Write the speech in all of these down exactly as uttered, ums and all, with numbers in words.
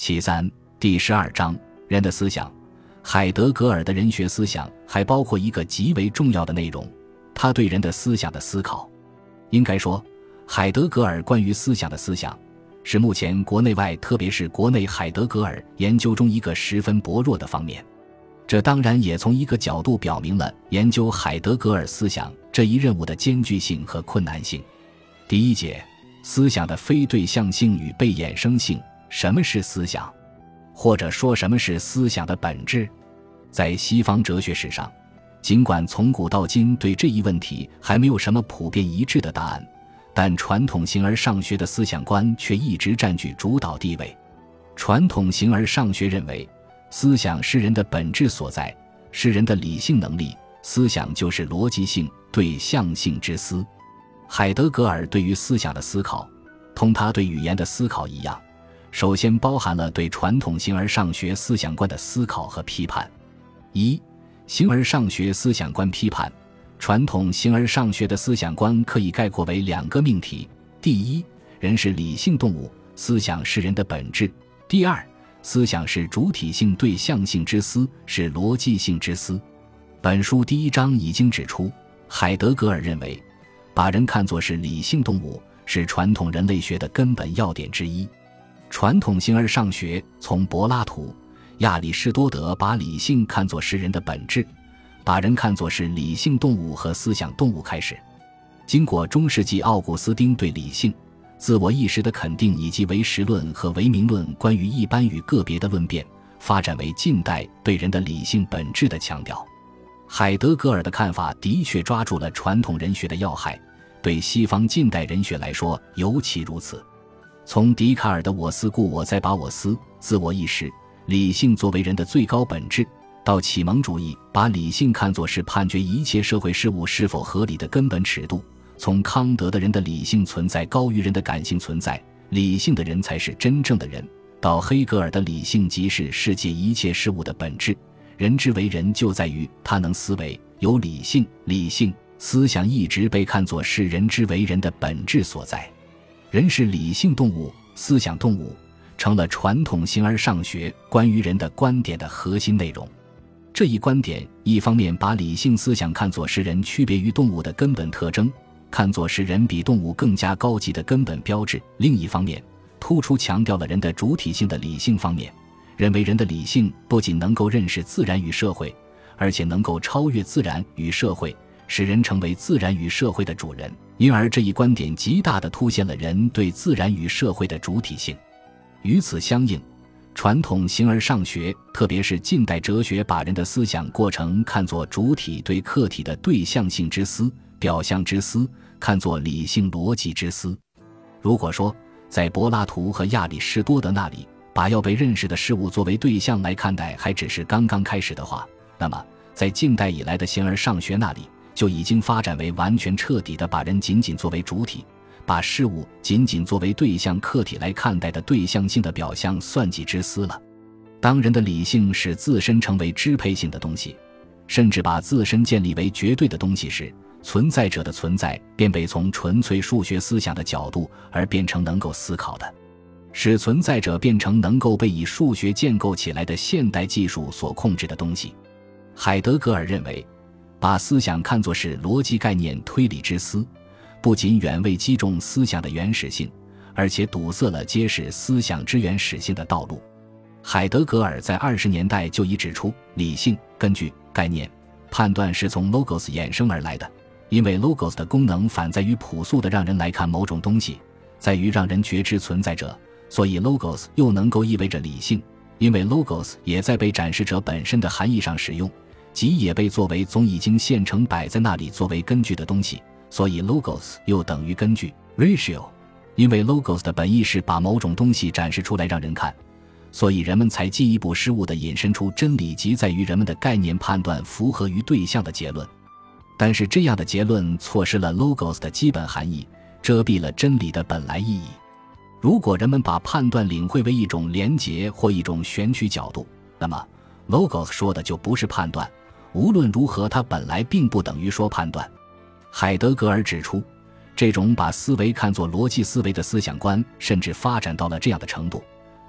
其三，第十二章人的思想。海德格尔的人学思想还包括一个极为重要的内容，他对人的思想的思考。应该说，海德格尔关于思想的思想是目前国内外特别是国内海德格尔研究中一个十分薄弱的方面。这当然也从一个角度表明了研究海德格尔思想这一任务的艰巨性和困难性。第一节，思想的非对象性与被衍生性。什么是思想？或者说什么是思想的本质？在西方哲学史上，尽管从古到今对这一问题还没有什么普遍一致的答案，但传统形而上学的思想观却一直占据主导地位。传统形而上学认为，思想是人的本质所在，是人的理性能力，思想就是逻辑性、对象性之思。海德格尔对于思想的思考，同他对语言的思考一样，首先包含了对传统形而上学思想观的思考和批判。一、形而上学思想观批判。传统形而上学的思想观可以概括为两个命题：第一，人是理性动物，思想是人的本质；第二，思想是主体性对象性之思，是逻辑性之思。本书第一章已经指出，海德格尔认为，把人看作是理性动物是传统人类学的根本要点之一。传统形而上学从柏拉图、亚里士多德把理性看作是人的本质，把人看作是理性动物和思想动物开始。经过中世纪奥古斯丁对理性、自我意识的肯定以及唯实论和唯名论关于一般与个别的论辩，发展为近代对人的理性本质的强调。海德格尔的看法的确抓住了传统人学的要害，对西方近代人学来说尤其如此。从笛卡尔的我思故我在把我思、自我意识、理性作为人的最高本质，到启蒙主义把理性看作是判决一切社会事物是否合理的根本尺度，从康德的人的理性存在高于人的感性存在，理性的人才是真正的人，到黑格尔的理性即是世界一切事物的本质，人之为人就在于他能思维，有理性，理性思想一直被看作是人之为人的本质所在。人是理性动物，思想动物，成了传统形而上学关于人的观点的核心内容。这一观点一方面把理性思想看作是人区别于动物的根本特征，看作是人比动物更加高级的根本标志，另一方面突出强调了人的主体性的理性方面，认为人的理性不仅能够认识自然与社会，而且能够超越自然与社会，使人成为自然与社会的主人，因而这一观点极大地凸显了人对自然与社会的主体性。与此相应，传统形而上学，特别是近代哲学，把人的思想过程看作主体对客体的对象性之思、表象之思，看作理性逻辑之思。如果说在柏拉图和亚里士多德那里，把要被认识的事物作为对象来看待还只是刚刚开始的话，那么在近代以来的形而上学那里，就已经发展为完全彻底的把人仅仅作为主体，把事物仅仅作为对象客体来看待的对象性的表象算计之思了。当人的理性使自身成为支配性的东西，甚至把自身建立为绝对的东西时，存在者的存在便被从纯粹数学思想的角度而变成能够思考的，使存在者变成能够被以数学建构起来的现代技术所控制的东西。海德格尔认为，把思想看作是逻辑概念推理之思，不仅远未击中思想的原始性，而且堵塞了揭示思想之原始性的道路。海德格尔在二十年代就已指出，理性、根据、概念、判断是从 logos 衍生而来的，因为 logos 的功能反在于朴素的让人来看某种东西，在于让人觉知存在者，所以 logos 又能够意味着理性，因为 logos 也在被展示者本身的含义上使用，即也被作为总已经现成摆在那里作为根据的东西，所以 logos 又等于根据 ratio， 因为 logos 的本意是把某种东西展示出来让人看，所以人们才进一步失误地引申出真理即在于人们的概念判断符合于对象的结论。但是这样的结论错失了 logos 的基本含义，遮蔽了真理的本来意义。如果人们把判断领会为一种连结或一种选取角度，那么 logos 说的就不是判断，无论如何它本来并不等于说判断。海德格尔指出，这种把思维看作逻辑思维的思想观甚至发展到了这样的程度，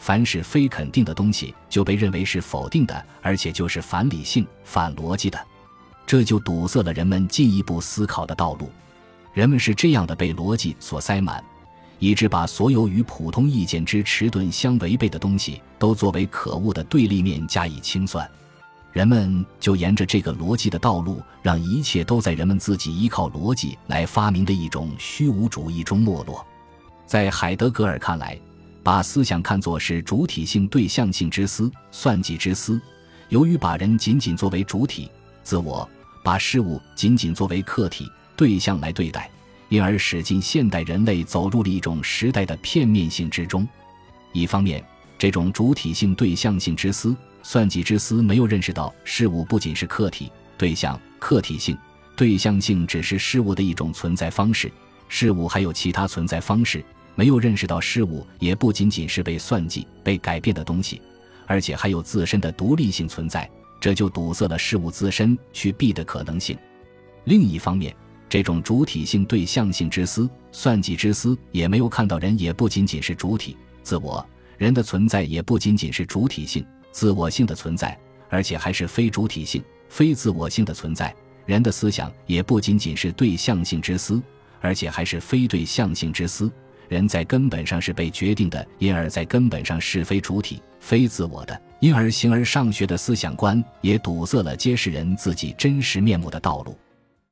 凡是非肯定的东西就被认为是否定的，而且就是反理性、反逻辑的。这就堵塞了人们进一步思考的道路。人们是这样的被逻辑所塞满，以致把所有与普通意见之迟钝相违背的东西都作为可恶的对立面加以清算。人们就沿着这个逻辑的道路，让一切都在人们自己依靠逻辑来发明的一种虚无主义中没落。在海德格尔看来，把思想看作是主体性对象性之思、算计之思，由于把人仅仅作为主体、自我，把事物仅仅作为客体、对象来对待，因而使尽现代人类走入了一种时代的片面性之中。一方面，这种主体性对象性之思、算计之思没有认识到事物不仅是客体、对象、客体性、对象性只是事物的一种存在方式，事物还有其他存在方式，没有认识到事物也不仅仅是被算计、被改变的东西，而且还有自身的独立性存在，这就堵塞了事物自身去弊的可能性。另一方面，这种主体性对象性之思、算计之思也没有看到人也不仅仅是主体、自我，人的存在也不仅仅是主体性、自我性的存在，而且还是非主体性、非自我性的存在。人的思想也不仅仅是对象性之思，而且还是非对象性之思。人在根本上是被决定的，因而在根本上是非主体、非自我的，因而形而上学的思想观也堵塞了揭示人自己真实面目的道路。